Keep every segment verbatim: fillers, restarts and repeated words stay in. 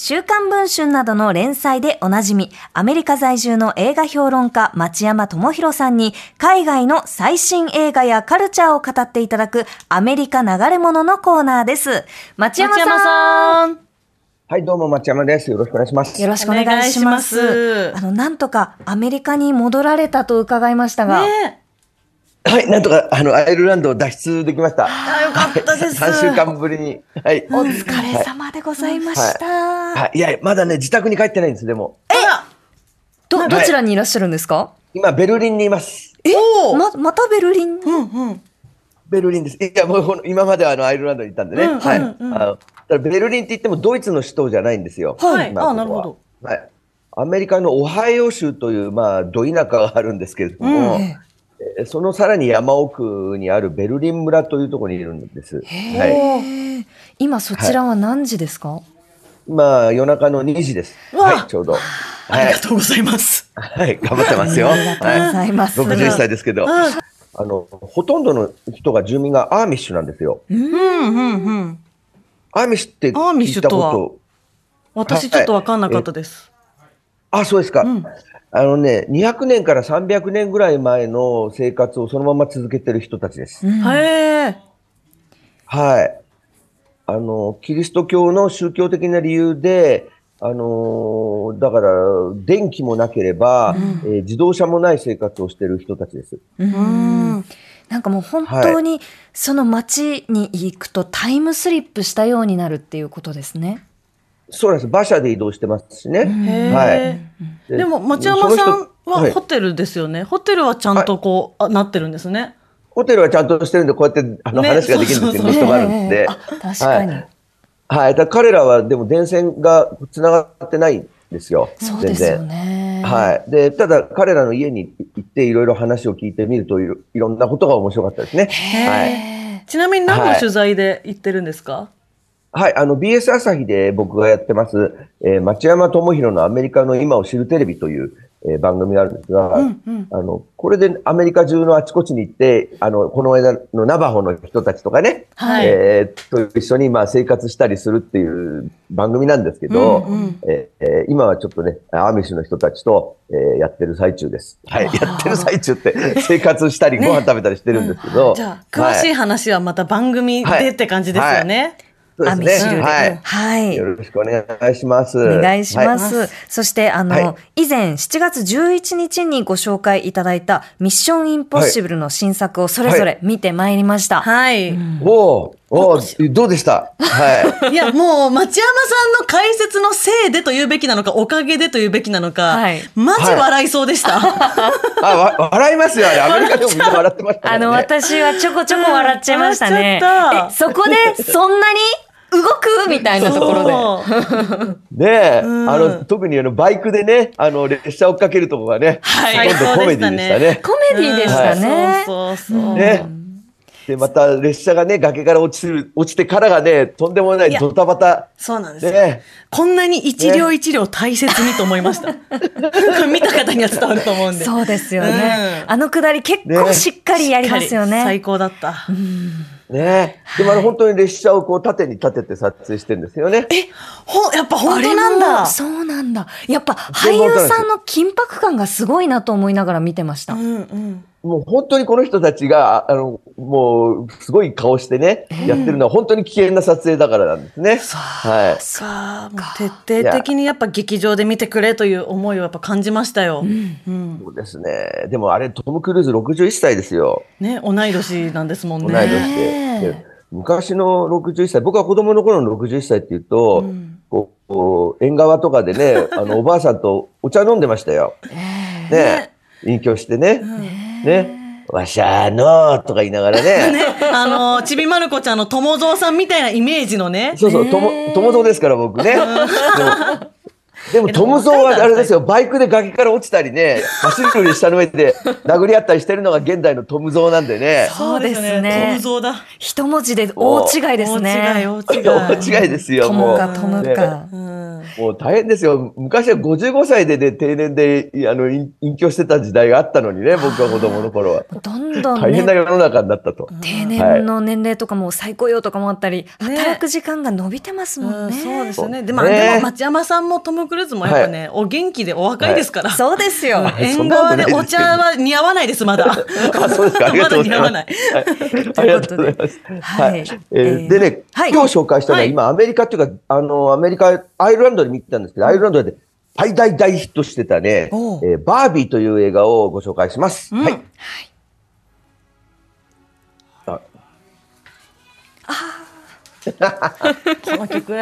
週刊文春などの連載でおなじみ、アメリカ在住の映画評論家町山智博さんに海外の最新映画やカルチャーを語っていただくアメリカ流れ物のコーナーです。町山さん。町山さん。 はい、どうも町山です。よろしくお願いします。 よろしくお願いします。あの、なんとかアメリカに戻られたと伺いましたが。ね、 はい、なんとかあのアイルランドを脱出できました。 あ、よかったです。 さんしゅうかんぶりに。はい。 お疲れ様でございました。はい。 はい、いや、まだね、自宅に帰ってないんです、でも。 えど、どちらにいらっしゃるんですか？はい、 今、ベルリンにいます。 えま、またベルリン？ うんうん。ベルリンです。いや、もう今まではあのアイルランドにいたんでね。うんうんうん、はい。あのだベルリンって言ってもドイツの首都じゃないんですよ。 はい。あ、なるほど。 はい。アメリカのオハイオ州という、まあ、ど田舎があるんですけれども、うん、そのさらに山奥にあるベルリン村というところにいるんです。 はい。今そちらは何時ですか？はい、 今、夜中のにじです。はい、ちょうど。 ありがとうございます。 はい、頑張ってますよ。 ありがとうございます。 はい、ろくじゅっさいですけど。うん、あの、ほとんどの人が住民がアーミッシュなんですよ。うん、うん、うん。アーミッシュって聞いたこと。 私ちょっと分かんなかったです。 はい、あ、そうですか。うん、あのね、にひゃくねんからさんびゃくねんぐらい前の生活をそのまま続けてる人たちです。うん、へえ。はい。あの、キリスト教の宗教的な理由で、あのー、だから、電気もなければ、うん、えー、自動車もない生活をしている人たちです。 うん。なんかもう本当に、その街に行くとタイムスリップしたようになるっていうことですね。 そうです。馬車で移動してますしね。 はい。でも、町山さんはホテルですよね。はい、ホテルはちゃんとこう、はい、なってるんですね。 ホテルはちゃんとしてるんで、こうやってあの、ね、話ができるんですけど、人があるんで。 確かに。はいはい。だ彼らはでも電線が繋がってないんですよ。 そうですよね。 はい。で、ただ彼らの家に行っていろいろ話を聞いてみるといろ、いろんなことが面白かったですね。 はい。ちなみに何の取材で行ってるんですか？ はい。はい、あの ビーエス 朝日で僕がやってます、えー、町山智博のアメリカの今を知るテレビという、えー、番組があるんですが、うんうん、あの、これでアメリカ中のあちこちに行って、あの、この間のナバホの人たちとかね、はい、えー、と一緒にまあ生活したりするっていう番組なんですけど、うんうん、えー、今はちょっとね、アーミッシュの人たちと、えー、やってる最中です。はい。やってる最中って生活したりご飯食べたりしてるんですけど。ね、うん、 じゃあ、詳しい話はまた番組でって感じですよね。はいはいそうですね。はい。はい。よろしくお願いします。 お願いします。はい、そして、あの、はい、以前しちがつじゅういちにちにご紹介いただいたミッションインポッシブルの新作をそれぞれ見てまいりました。 はい。うん、 おーおーどうでした？はい。いや、もう、町山さんの解説のせいでと言うべきなのか、おかげでと言うべきなのか、はい、マジ笑いそうでした。はい、あわ、笑いますよ、あれ。アメリカでもみんな笑ってましたからね。 あの、私はちょこちょこ笑っちゃいましたね。え、そこで、そんなに動くみたいなところで。ねえ、うん、あの、特にあの、バイクでね、あの、列車を追っかけるとこがね、はい、今度コメディでしたね。 コメディでしたね。 はい、そうそうそう。 ね。で、また列車がね、崖から落ちる、落ちてからがね、とんでもないドタバタ。 そうなんですよ。ね、こんなに一両一両大切にと思いました。ね、見た方には伝わると思うんで。 そうですよね。うん、あのくだり結構しっかりやりますよね。 最高だった。 うんねえ。でもあの本当に列車をこう縦に立てて撮影してるんですよね。 え、ほ、やっぱ本当なんだ。 そうなんだ。やっぱ俳優さんの緊迫感がすごいなと思いながら見てました。うんうん。 もう本当にこの人たちが、あの、もうすごい顔してね、うん、やってるのは本当に危険な撮影だからなんですね。 はい。さあ、もう徹底的にやっぱ劇場で見てくれという思いをやっぱ感じましたよ。うんうん、そうですね。でもあれトム・クルーズろくじゅういっさいですよ。 ね、同い年なんですもんね。 同い年で。で昔のろくじゅういっさい、僕は子供の頃のろくじゅういっさいっていうと、うん、こう、こう縁側とかでね、あの、おばあさんとお茶飲んでましたよ。えー、ね、隠居してね。うん、ね。わしゃーのーとか言いながらね。ね、 あのー、ちびまる子ちゃんの友蔵さんみたいなイメージのね。 そうそう、とも、友蔵ですから僕ね。でも、トムゾーはあれですよ、バイクで崖から落ちたりね、走るより下の上で殴り合ったりしてるのが現代のトムゾーなんでね。 そうですね。 トムゾーだ。 一文字で大違いですね。 大違い、大違い。 大違いですよ、 トムかトムか。 もう大変ですよ。昔はごじゅうごさいでね、定年で、あの、隠隠居してた時代があったのにね、僕は子供の頃は。 どんどんね、 大変な世の中になったと。 定年の年齢とかも再雇用とかもあったり、 ね働く時間が伸びてますもんね。 うん、そうですよね。で、 ねまあ、でも町山さんもトム・クルーズもやっぱね、お元気でお若いですから。 そうですよ。 縁側でお茶は似合わないです、まだ。 あ、そうですか。ありがとうございます。 まだ似合わない。 ありがとうございます。はい。えーでね、 はい今日紹介したのは、今、アメリカっていうか、あの、アメリカ、アイルランドで見てたんですけど、アイルランドで大大大ヒットしてたね、 おうえーバービーという映画をご紹介します。 うんはい。あこの曲。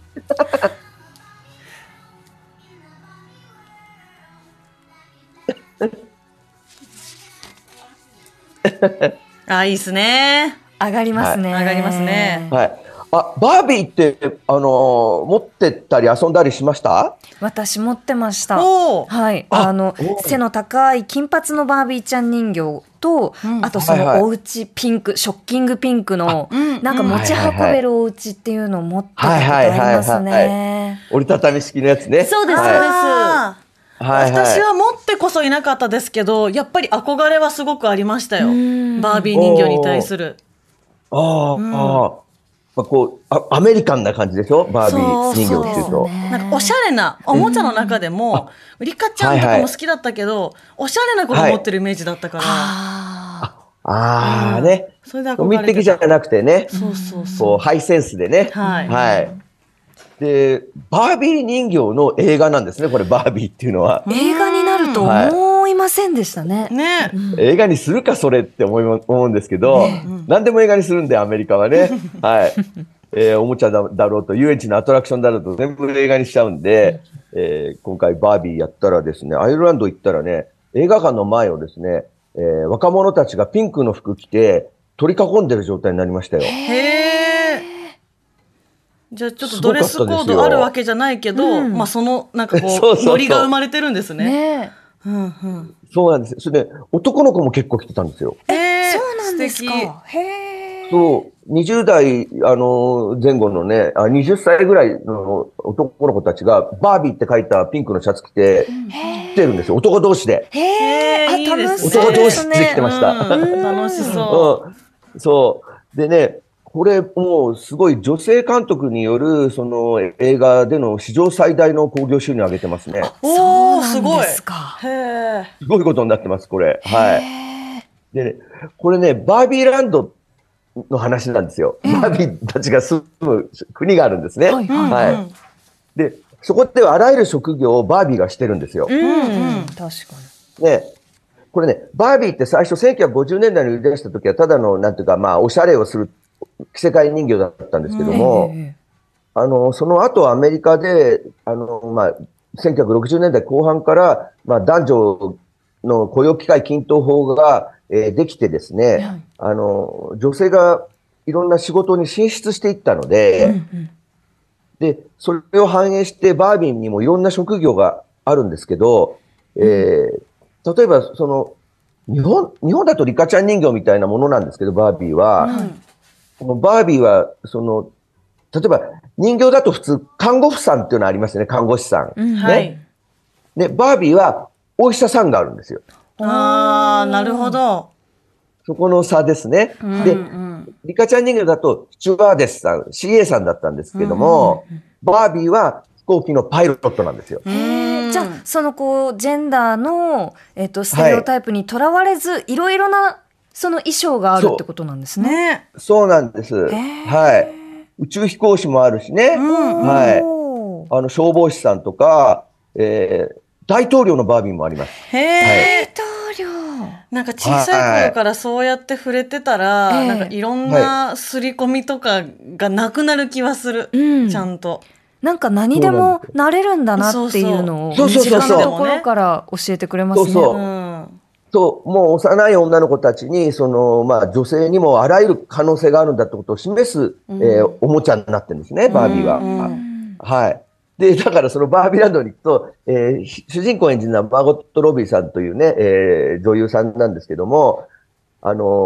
あ、いいっすね。 上がりますね。 はい上がりますねはい。あ、バービーって、あのー持ってったり遊んだりしました？ 私持ってました。 おーはい。 ああの、 おー背の高い金髪のバービーちゃん人形と、 うんあとそはいはいのお家ピンク、ショッキングピンクの、 うんなんか持ち運べるお家っていうのを持ってたことありますはいはいはいね。 折りたたみ式のやつね。 そうです、そうはいです。 あーはいはい私は持ってこそいなかったですけど、やっぱり憧れはすごくありましたよ。 うんバービー人形に対する。 ああ、 うんああ。まあ、こうあ、アメリカンな感じでしょバービー人形っていうと。 ねなんかおしゃれなおもちゃの中でも、リカちゃんとかも好きだったけど、おしゃれな子が持ってるイメージだったから。 あああね。 それでコミ憧れてた的じゃなくてね。 そうそうそう。 こう、ハイセンスでね。 はいはい。で、バービー人形の映画なんですね、これ、バービーっていうのは。 ー映画になると思いませんでしたね。 ね。 映画にするか、それって思いま思うんですけど、何でも映画にするんで、アメリカはね。はい。えーおもちゃだだろうと、遊園地のアトラクションだろうと、全部映画にしちゃうんで、えー今回バービーやったらですね、アイルランド行ったらね、映画館の前をですね、えー若者たちがピンクの服着て、取り囲んでる状態になりましたよ。 へえ。じゃあちょっとドレスコードあるわけじゃないけど、 うんまあそのなんかこうそうそうそうノリが生まれてるんですね。 ねうんうん。 そうなんですよ。それで、男の子も結構来てたんですよ。 ええ、 ーそうなんですか。 素敵へーそう、にじゅう代、あの、前後のね、あ、はたちぐらいの男の子たちが、バービーって書いたピンクのシャツ着て、来てるんですよ。男同士で。 へえ、あ、 へーいいですね楽しそうですね。 男同士で来てましたうん楽しそうん。そう。でね、これもうすごい女性監督による、その映画での史上最大の興行収入を上げてますね。 う。 そうなんおーすごい。 ですかへえ。 すごいことになってます、これ。はい。 へでね、これね、バービーランドの話なんですよ。バービーたちが住む国があるんですね。 はいうんはいうんで、そこではあらゆる職業をバービーがしてるんですよ。 ーうんうん確かね、これね、バービーって最初せんきゅうひゃくごじゅうねんだいに売り出した時はただの、なんていうか、まあ、おしゃれをする着せ替え人形だったんですけどに。 も、 へあの、その後アメリカで、あの、まあ、せんきゅうひゃくろくじゅうねんだいこう半から、まあ、男女の雇用機会均等法が、えーできてですね、 はいあの、女性がいろんな仕事に進出していったのーで、 うんうんで、それを反映してバービーにもいろんな職業があるんですけど、えー例えばその、日本、日本だとリカちゃん人形みたいなものなんですけど、バービーは、 うんこのバービーは、その、例えば人形だと普通、看護婦さんっていうのありますよね、看護師さん。 うんねはい。 で、バービーはお医者さんがあるんですよ。 ああ、なるほど。 そこの差ですね。 うんで、 うんリカちゃん人形だと、スチュワーデスさん、シーエー さんだったんですけども、バービーは飛行機のパイロットなんですよ。 うんへーじゃあそのこうジェンダーの、えっとステレオタイプにとらわれず、いろいろなその衣装があるってことなんですね。 ね。 そうなんです。 へーはい。宇宙飛行士もあるしね。 うんはい。 おーあの、消防士さんとか、えー、大統領のバービーもあります。 へえ。 大統領。 なんか小さい頃からそうやって触れてたら、 はいなんかいろんな刷り込みとかがなくなる気はする。 うんちゃんと。 なんか何でもなれるんだなっていうのをそうそうそうそう身近なところから教えてくれますね。 そうそううん。 と、もう幼い女の子たちに、その、まあ、女性にもあらゆる可能性があるんだってことを示す、 うんえーおもちゃになってるんですね、バービーは。 うんうんはい。で、だからそのバービーランドに行くと、えーし主人公を演じるのはマーゴット・ロビーさんというね、えー女優さんなんですけども、あの、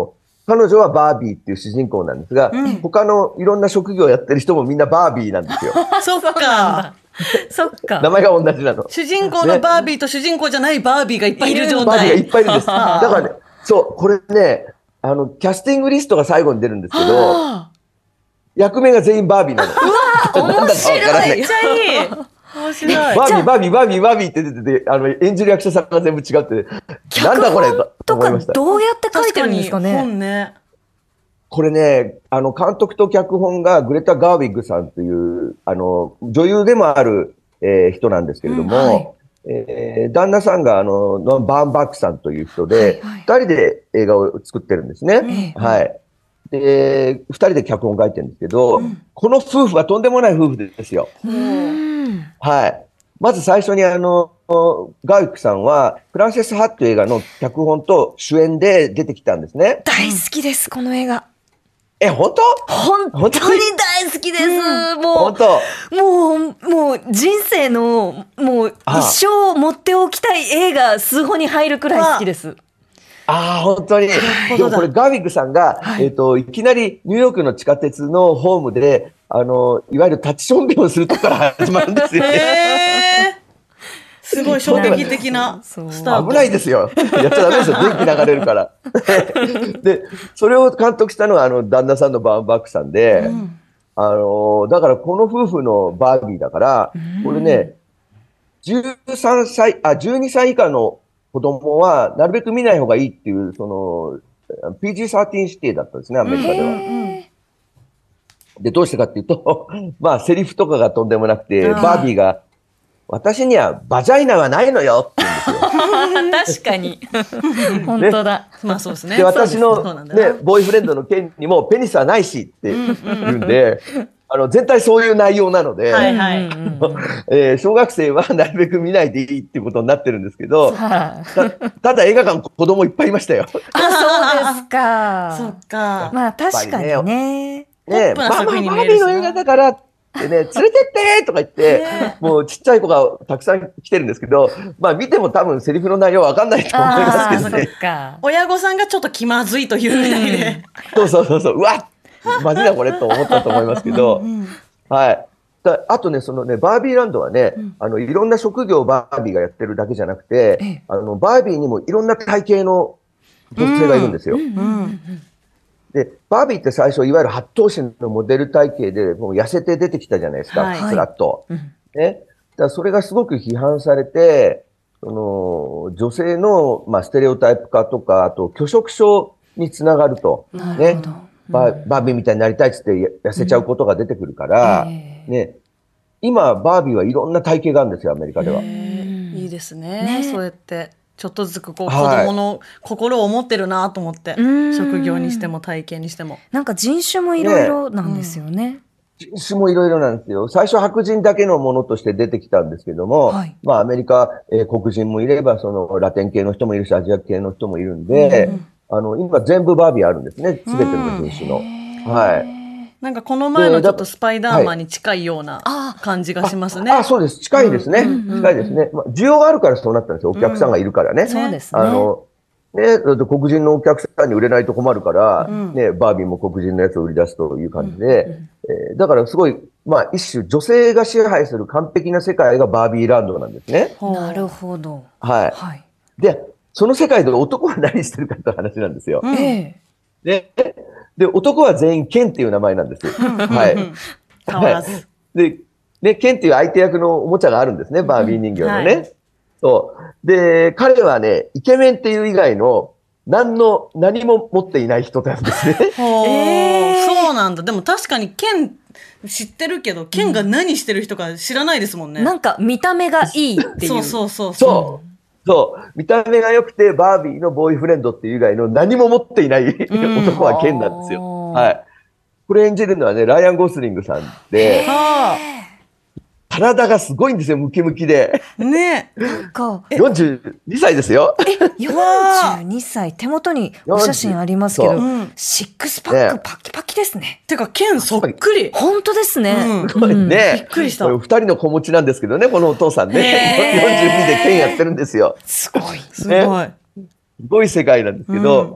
彼女はバービーっていう主人公なんですが、うん、他のいろんな職業をやってる人もみんなバービーなんですよ。 そっか。 そっか。 名前が同じなの。 主人公のバービーと主人公じゃないバービーがいっぱいいる状態。 バービーがいっぱいいるんです。だからね、そう、これね、あの、キャスティングリストが最後に出るんですけど、役名が全員バービーなの。 うわ、面白い。 めっちゃいい。面白い。 バービー、バービー、バービー、バービーって出てて、あの、演じる役者さんが全部違って、なんだこれと思いました。 どうやって書いてるんですかね。 本ね。 これね、あの、監督と脚本がグレタ・ガーウィッグさんという、あの、女優でもある、えー、人なんですけれども、うんはいえー、旦那さんが、あの、ノン・バーンバックさんという人で、二、はいはい、人で映画を作ってるんですね。うん、はい。で、二人で脚本書いてるんですけど、うん、この夫婦はとんでもない夫婦ですよ。うんはい。まず最初にあの、ガーウィックさんは、フランセス・ハッという映画の脚本と主演で出てきたんですね。 大好きです、この映画。 え、本当？ 本当に大好きです。うん、もう、 本当もう、もう人生の、もう一生持っておきたい映画数本に入るくらい好きです。 ああ、本当に。でもこれガーウィックさんが、はい、えっと、いきなりニューヨークの地下鉄のホームで、あの、いわゆる立ちションベンをするとこから始まるんですよね。 へーすごい衝撃的なスタート。 危ないですよ。やっちゃダメですよ。電気流れるから。で、それを監督したのは、あの、旦那さんのバーンバックさんで、うん、あの、だからこの夫婦のバービーだから、うん、これね、じゅうさんさい、あ、じゅうにさい以下の子供は、なるべく見ない方がいいっていう、その、ピージーサーティーン 指定だったんですね、アメリカでは。で、どうしてかっていうと、まあ、セリフとかがとんでもなくて、バービーが、私にはバジャイナはないのよって言うんですよ。確かに。本当だ。 ね、まあそうですね。 で、私のね、ボーイフレンドのケンにもペニスはないしって言うんで、あの、全体そういう内容なので、はいはい、えー、小学生はなるべく見ないでいいっていうことになってるんですけど、た, ただ映画館子供いっぱいいましたよ。 あ、そうですか。 そっか。 まあ確かにね。ねえ、まあまあバービーの映画だから、でね、連れてってとか言って、もうちっちゃい子がたくさん来てるんですけど、まあ見ても多分セリフの内容わかんないと思いますけどね。 親御さんがちょっと気まずいというみたいで。 そうそうそうそう、うわっまずいなこれと思ったと思いますけど、うんうん、はい。あとね、そのね、バービーランドはね、うん、あの、いろんな職業をバービーがやってるだけじゃなくて、ええ、あの、バービーにもいろんな体型の女性がいるんですよ。うんうんうんで、バービーって最初、いわゆる八頭身のモデル体型で、もう痩せて出てきたじゃないですか、はい、スラッと。はい、ね。だからそれがすごく批判されて、その、女性の、まあ、ステレオタイプ化とか、あと、拒食症につながると。ね。バー、バービーみたいになりたいっつって痩せちゃうことが出てくるから、うん、ね。今、バービーはいろんな体型があるんですよ、アメリカでは。 いいですね。ねそうやって。ちょっとずつこう子供の心を持ってるなと思って、はい、職業にしても体型にしても。 なんか人種もいろいろなんですよね。ねうん、人種もいろいろなんですよ。最初白人だけのものとして出てきたんですけども、はい、まあアメリカ、えー、黒人もいれば、そのラテン系の人もいるし、アジア系の人もいるんで、うん、あの、今全部バービーあるんですね。すべての人種の。はい。 なんかこの前のちょっとスパイダーマンに近いような感じがしますね。 あ、あそうです。近いですね。うんうん、近いですね。まあ、需要があるからそうなったんですよ。お客さんがいるからね。うん、 そうですね。 あの、ね、だって黒人のお客さんに売れないと困るから、うん、ね、バービーも黒人のやつを売り出すという感じで、うんうんえー、だからすごい、まあ一種女性が支配する完璧な世界がバービーランドなんですね。 なるほど。 はい。はい、で、その世界で男は何してるかって話なんですよ。うん、でで、男は全員ケンっていう名前なんです。はい。 変わらず。 で、ね、ケンっていう相手役のおもちゃがあるんですね、バービー人形のね。はい、そう。で、彼はね、イケメンっていう以外の何の、何も持っていない人なんですね。 えー、そうなんだ。でも確かにケン知ってるけど、ケンが何してる人か知らないですもんね。 なんか見た目がいいっていう。 そうそうそう。 そうそう。見た目が良くて、バービーのボーイフレンドっていう以外の何も持っていない男はケンなんですよ。はい。これ演じるのはね、ライアン・ゴスリングさんで、体がすごいんですよ、ムキムキで。 ねえ。よんじゅうにさいですよ。 え、よんじゅうにさい。手元にお写真ありますけど、シックスパックパキパキですね。 てか、ケンそっくり。 本当ですね。 ね。 びっくりした。 二人の子持ちなんですけどね、このお父さんね。よんじゅうにでケンやってるんですよ。 すごい。 すごい。 すごい世界なんですけど、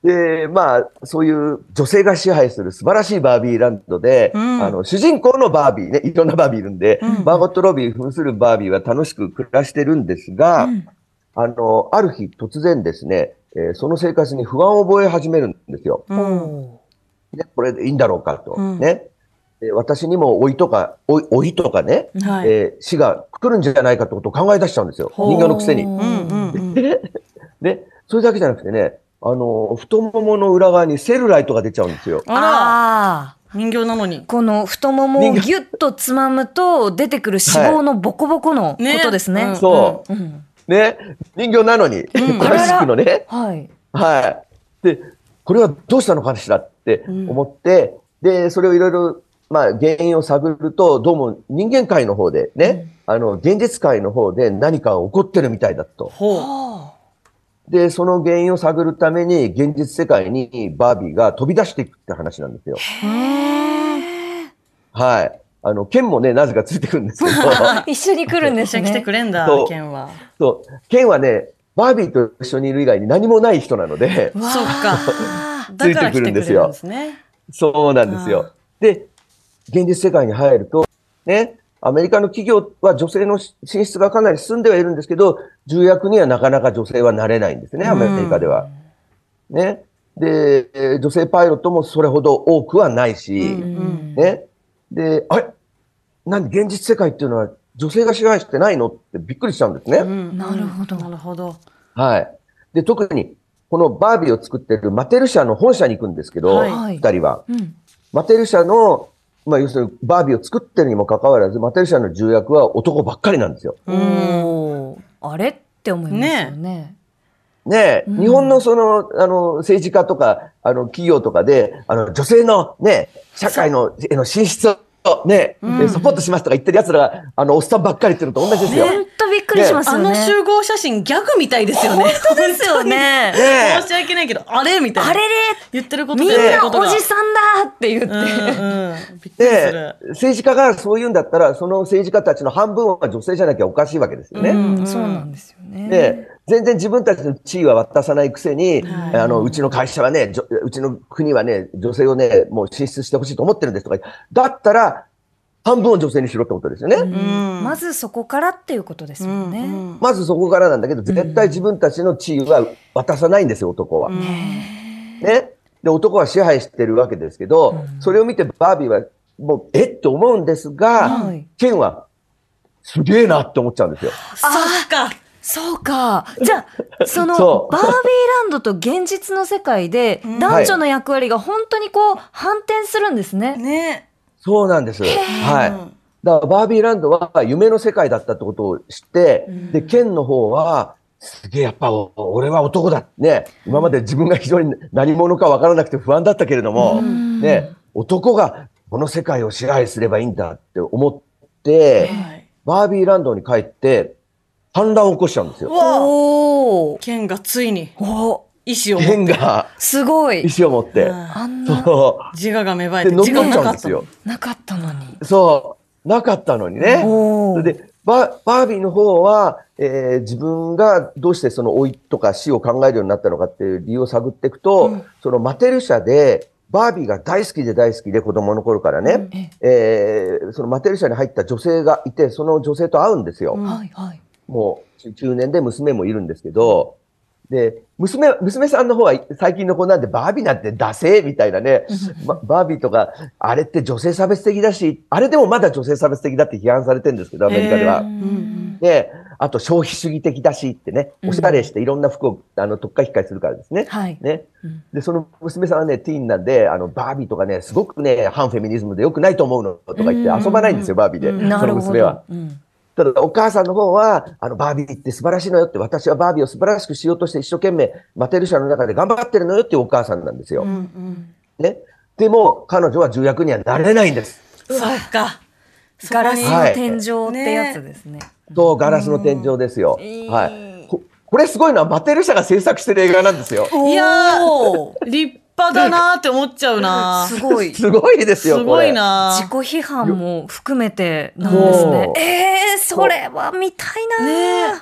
で、まあ、そういう女性が支配する素晴らしいバービーランドで、うん、あの、主人公のバービーね、いろんなバービーいるんで、うん、マーゴット・ロビー扮するバービーは楽しく暮らしてるんですが、うん、あの、ある日突然ですね、えー、その生活に不安を覚え始めるんですよ。うん、ね、これでいいんだろうかと。うん、ね。で、私にも老いとか、老い、老いとかね、はい、えー、死が来るんじゃないかってことを考え出しちゃうんですよ。人形のくせに。うんうんうん、で、それだけじゃなくてね、あの、太ももの裏側にセルライトが出ちゃうんですよ。 あら、人形なのに。 この太ももをギュッとつまむと出てくる脂肪のボコボコのことですね。はいね、 そう、うん。ね、人形なのに、プラスチックのね。はい。はい。で、これはどうしたのかしらって思って、うん、で、それをいろいろ、まあ、原因を探ると、どうも人間界の方でね、うん、あの、現実界の方で何か起こってるみたいだと。ほう。で、その原因を探るために、現実世界にバービーが飛び出していくって話なんですよ。へー。はい。あの、ケンもね、なぜかついてくるんですけど。 一緒に来るんですね。 一緒に来てくれんだ、ケンは。 そう。ケンはね、バービーと一緒にいる以外に何もない人なので。 そうか。ついてくるんですよ。 そうなんですよ。で、現実世界に入ると、ね、アメリカの企業は女性の進出がかなり進んではいるんですけど、重役にはなかなか女性はなれないんですね、アメリカでは。ね。で、女性パイロットもそれほど多くはないし、ね。で、あれなんで現実世界っていうのは女性が支配してないのってびっくりしちゃうんですね。うん、 なるほど。 なるほど。 はい。で、特に、このバービーを作ってるマテル社の本社に行くんですけど、はい、二人は。うん、マテル社のまあ、要するに、バービーを作ってるにもかかわらず、マテル社の重役は男ばっかりなんですよ。 おー、あれって思いますよね。 ねえ、うん、日本のその、あの、政治家とか、あの、企業とかで、あの、女性のね、社会の、への進出をね、うん、サポートしますとか言ってる奴らが、あの、おっさんばっかりっていうのと同じですよ。 ほんとびっくりしますよね。 あの集合写真ギャグみたいですよね。 本当ですよね。 申し訳ないけど、あれみたいな。 あれれ言ってることみんなおじさんだって言って。うんうん、 びっくりする。政治家がそう言うんだったら、その政治家たちの半分は女性じゃなきゃおかしいわけですよね。 うん、そうなんですよね。 で、全然自分たちの地位は渡さないくせに、はい、あの、うちの会社はね、うちの国はね、女性をね、もう進出してほしいと思ってるんですとか、だったら、半分を女性にしろってことですよね。うん、 まずそこからっていうことですよね、うん。 まずそこからなんだけど、絶対自分たちの地位は渡さないんですよ、男は。うん、ね。で、男は支配してるわけですけど、うん、それを見てバービーは、もう、えって思うんですが、はい、ケンは、すげえなって思っちゃうんですよ。 そっか。そうか。じゃあ、その、バービーランドと現実の世界で、男女の役割が本当にこう、反転するんですね。 ね。 そうなんです。はい。だからバービーランドは夢の世界だったってことを知って、うん、で、ケンの方は、すげえやっぱ俺は男だ。ね。今まで自分が非常に何者かわからなくて不安だったけれども、うん、ね、男がこの世界を支配すればいいんだって思って、はい、バービーランドに帰って反乱を起こしちゃうんですよ。 おー。ケンがついに。お意志を持って。 剣が、 すごい。 意志を持って。 あんな。 そう。 自我が芽生えて、 自我がなかったの。 なかったのに。 そう。なかったのにね。それで、バ, バービーの方は、えー、自分がどうしてその老いとか死を考えるようになったのかっていう理由を探っていくと、うん、そのマテル社で、バービーが大好きで大好きで子供の頃からね、うん、えー、そのマテル社に入った女性がいて、その女性と会うんですよ。はいはい。もう中年で娘もいるんですけど、で、娘、娘さんの方は最近の子なんでバービーなんてダセーみたいなね、ま、バービーとか、あれって女性差別的だし、あれでもまだ女性差別的だって批判されてるんですけど、アメリカでは。で、あと消費主義的だしってね、おしゃれしていろんな服をあの特化引っかえするからですね。はい。ね。で、その娘さんはね、ティーンなんで、あの、バービーとかね、すごくね、反フェミニズムで良くないと思うのとか言って遊ばないんですよ、バービーで。その娘は。ただ、お母さんの方は、あの、バービーって素晴らしいのよって、私はバービーを素晴らしくしようとして一生懸命、マテル社の中で頑張ってるのよっていうお母さんなんですよ。うんうん、ね。でも、彼女は重役にはなれないんです。 そうか。 ガラスの天井ってやつですね。 そう、ガラスの天井ですよ。はい。こ、これすごいのは、マテル社が制作してる映画なんですよ。 いやー、立派だなーって思っちゃうなすごい。 すごいですよ、 すごいな自己批判も含めてなんですね。えー、それは見たいなね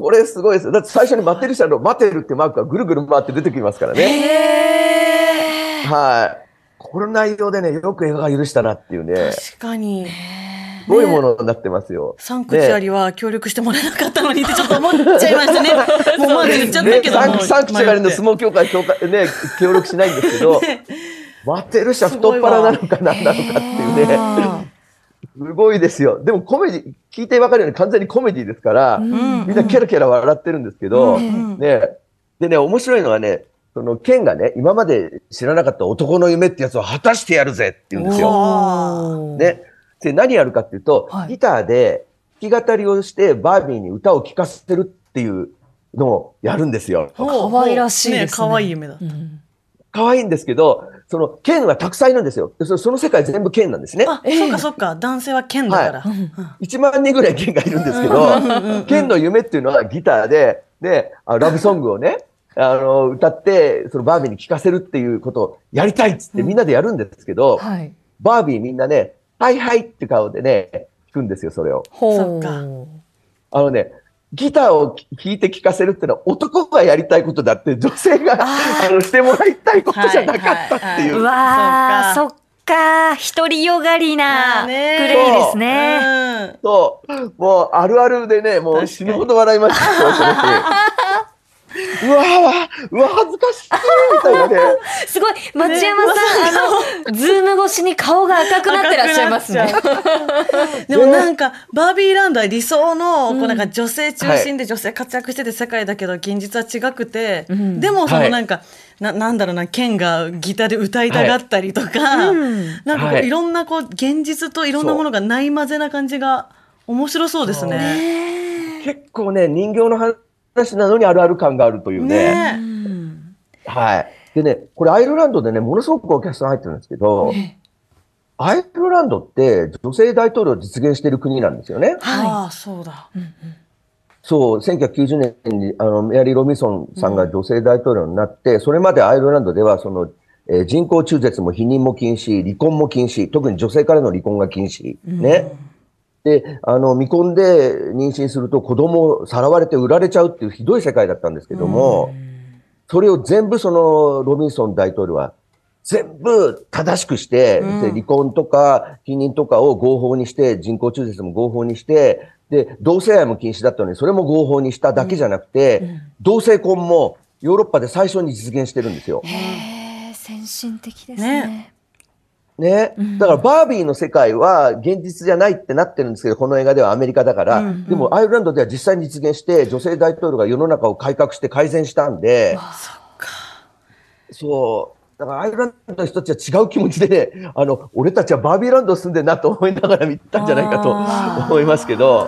これすごいです。だって最初に待ってる人の待てるってマークがぐるぐる回って出てきますからね。 へー。 はい。この内容でね、よく映画が許したなっていうね。 確かに。 すごいものになってますよ。 サンクチュアリは協力してもらえなかったのにってちょっと思っちゃいましたね。もうまだ言っちゃったけども。 ね、サンクチュアリの相撲協会協会、ね、協力しないんですけど、ね、待ってる人は太っ腹なのか何なのかっていうね。すごいですよ。でもコメディ、聞いてわかるように完全にコメディですから、うん、みんなケラケラ笑ってるんですけど、うん、ね、でね、面白いのはね、そのケンがね、今まで知らなかった男の夢ってやつを果たしてやるぜって言うんですよ。ね。で、何やるかっていうと、はい、ギターで弾き語りをしてバービーに歌を聴かせてるっていうのをやるるんですよ。 可愛らしいですね。 可愛い夢だ。 可愛いんですけど、そのケンはたくさんいるんですよ。その世界全部ケンなんですね。 あ、えー、そっかそっか。男性はケンだから。はい、 いちまんにんぐらいケンがいるんですけど、ケンの夢っていうのはギターで、で、ラブソングをね、あの、歌って、そのバービーに聴かせるっていうことをやりたいっつってみんなでやるんですけど、うんはい、バービーみんなね、はいはいって顔でね、弾くんですよ、それを。 そうか。 あのね、ギターを弾いて聴かせるってのは男がやりたいことだって、女性があのしてもらいたいことじゃなかったっていう。はいはいはい、 うわー、そっか、独りよがりなプレイですね。 そう、そうもうあるあるでね、もう死ぬほど笑いました。うわうわ恥ずかしいみたいなね。 すごい町山さん、ね、あのズーム越しに顔が赤くなってらっしゃいますね。 でもなんかバービーランドは理想のこうなんか女性中心で女性活躍してて世界だけど現実は違くて、うん、でもそのなんか、はい、な, なんだろうなケンがギターで歌いたがったりとか、はい、なんかこういろんなこう現実といろんなものがないまぜな感じが面白そうですね。 結構ね人形の話話なのにあるある感があるというね。ねはい。でね、これアイルランドでね、ものすごくお客さん入ってるんですけど、アイルランドって女性大統領を実現している国なんですよね。 はい。ああ、そうだ。うんうん、 そう、せんきゅうひゃくきゅうじゅうねんにあのメアリー・ロビンソンさんが女性大統領になって、うん、それまでアイルランドではその、えー、人工中絶も避妊も禁止、離婚も禁止、特に女性からの離婚が禁止。ね。うんで、あの、未婚で妊娠すると子供をさらわれて売られちゃうっていうひどい世界だったんですけども、それを全部そのロビンソン大統領は全部正しくして、で離婚とか避妊とかを合法にして、人工中絶も合法にして、で、同性愛も禁止だったのにそれも合法にしただけじゃなくて、うんうん、同性婚もヨーロッパで最初に実現してるんですよ。 へー、先進的ですね。ねね。だからバービーの世界は現実じゃないってなってるんですけど、この映画ではアメリカだから、うんうん、でもアイルランドでは実際に実現して、女性大統領が世の中を改革して改善したんで、 そっか。 そう。だからアイルランドの人たちは違う気持ちで、ね、あの、俺たちはバービーランド住んでんなと思いながら見たんじゃないかと思いますけど、はい。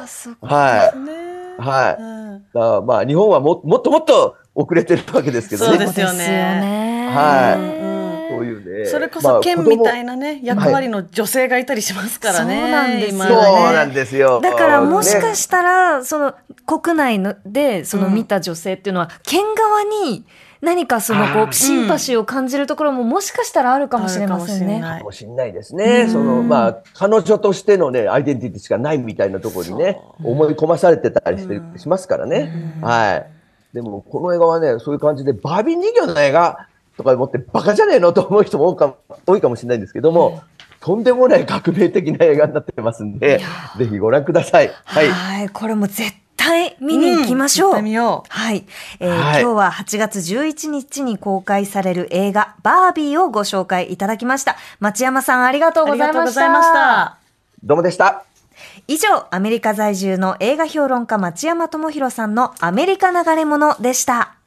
はい。だからまあ日本はも、もっともっと遅れてるわけですけどね。 そうですよね。 はい。そういうね、 それこそケンみたいなね、まあ、役割の女性がいたりしますからね。 そうなんですよ、ね。 そうなんですよ。 だからもしかしたら、ね、その国内のでその見た女性っていうのは、うん、ケン側に何かそのこうシンパシーを感じるところももしかしたらあるかもしれませんね。 かもしれないですね。そのまあ彼女としてのねアイデンティティしかないみたいなところにね思い込まされてたりしてしますからね。はい。でもこの映画はねそういう感じでバービー人形の映画とか思ってバカじゃねえのと思う人も多いかも、多いかもしれないんですけども、うん、とんでもない革命的な映画になってますんで、ぜひご覧ください。はい。 はい、これも絶対見に行きましょう。 うん、行ってみよう。 はい、えーはい。今日ははちがつじゅういちにちに公開される映画バービーをご紹介いただきました。町山さんありがとうございました。ありがとうございました。 どうもでした。 以上、アメリカ在住の映画評論家町山智博さんのアメリカ流れ物でした。